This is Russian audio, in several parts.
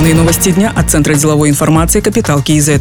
Главные новости дня от Центра деловой информации «Капитал КИЗ».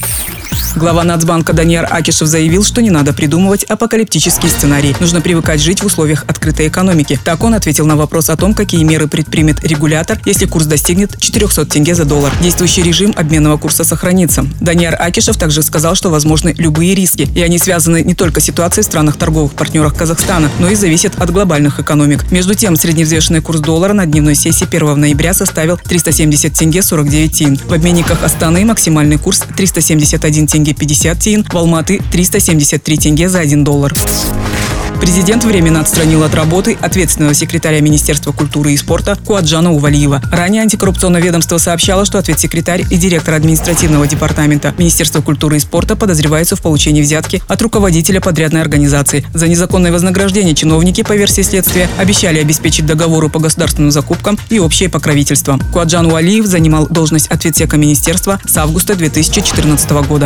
Глава Нацбанка Данияр Акишев заявил, что не надо придумывать апокалиптические сценарии. Нужно привыкать жить в условиях открытой экономики. Так он ответил на вопрос о том, какие меры предпримет регулятор, если курс достигнет 400 тенге за доллар. Действующий режим обменного курса сохранится. Данияр Акишев также сказал, что возможны любые риски, и они связаны не только с ситуацией в странах торговых партнерах Казахстана, но и зависят от глобальных экономик. Между тем, средневзвешенный курс доллара на дневной сессии 1 ноября составил 370 тенге 49 тиын. В обменниках Астаны максимальный курс 371 тенге 50 тиын, в Алматы 373 тенге за 1 доллар. Президент временно отстранил от работы ответственного секретаря Министерства культуры и спорта Куаджана Увалиева. Ранее антикоррупционное ведомство сообщало, что ответсекретарь и директор административного департамента Министерства культуры и спорта подозреваются в получении взятки от руководителя подрядной организации. За незаконное вознаграждение чиновники, по версии следствия, обещали обеспечить договоры по государственным закупкам и общее покровительство. Куаджан Увалиев занимал должность ответсека министерства с августа 2014 года.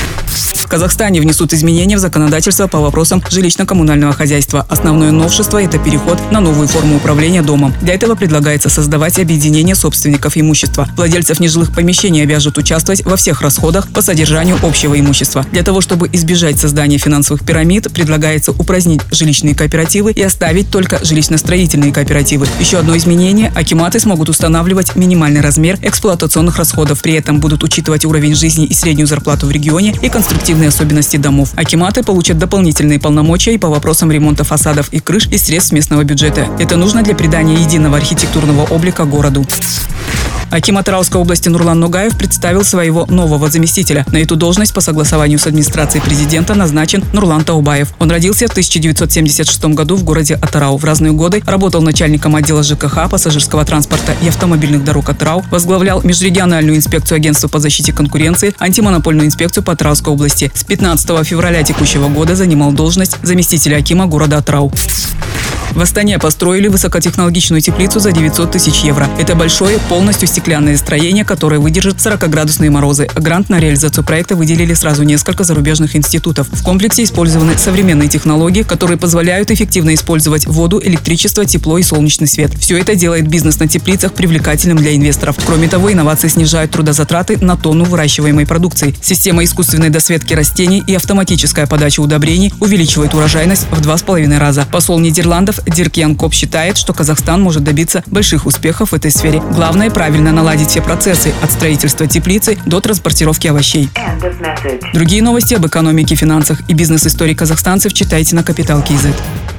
В Казахстане внесут изменения в законодательство по вопросам жилищно-коммунального хозяйства. Основное новшество – это переход на новую форму управления домом. Для этого предлагается создавать объединение собственников имущества. Владельцев нежилых помещений обяжут участвовать во всех расходах по содержанию общего имущества. Для того, чтобы избежать создания финансовых пирамид, предлагается упразднить жилищные кооперативы и оставить только жилищно-строительные кооперативы. Еще одно изменение – акиматы смогут устанавливать минимальный размер эксплуатационных расходов. При этом будут учитывать уровень жизни и среднюю зарплату в регионе и конструктивные особенности домов. Акиматы получат дополнительные полномочия и по вопросам ремонта фасадов и крыш из средств местного бюджета. Это нужно для придания единого архитектурного облика городу. Аким Атырауской области Нурлан Ногаев представил своего нового заместителя. На эту должность по согласованию с администрацией президента назначен Нурлан Таубаев. Он родился в 1976 году в городе Атырау. В разные годы работал начальником отдела ЖКХ, пассажирского транспорта и автомобильных дорог Атырау, возглавлял межрегиональную инспекцию агентства по защите конкуренции, антимонопольную инспекцию по Атырауской области. С 15 февраля текущего года занимал должность заместителя акима города Атырау. В Астане построили высокотехнологичную теплицу за 900 тысяч евро. Это большое, полностью стеклянное строение, которое выдержит 40-градусные морозы. Грант на реализацию проекта выделили сразу несколько зарубежных институтов. В комплексе использованы современные технологии, которые позволяют эффективно использовать воду, электричество, тепло и солнечный свет. Все это делает бизнес на теплицах привлекательным для инвесторов. Кроме того, инновации снижают трудозатраты на тонну выращиваемой продукции. Система искусственной досветки растений и автоматическая подача удобрений увеличивает урожайность в 2,5 раза. Посол Нидерландов Дирк Ян Коп считает, что Казахстан может добиться больших успехов в этой сфере. Главное – правильно наладить все процессы от строительства теплицы до транспортировки овощей. Другие новости об экономике, финансах и бизнес-истории казахстанцев читайте на Капитал КИЗ.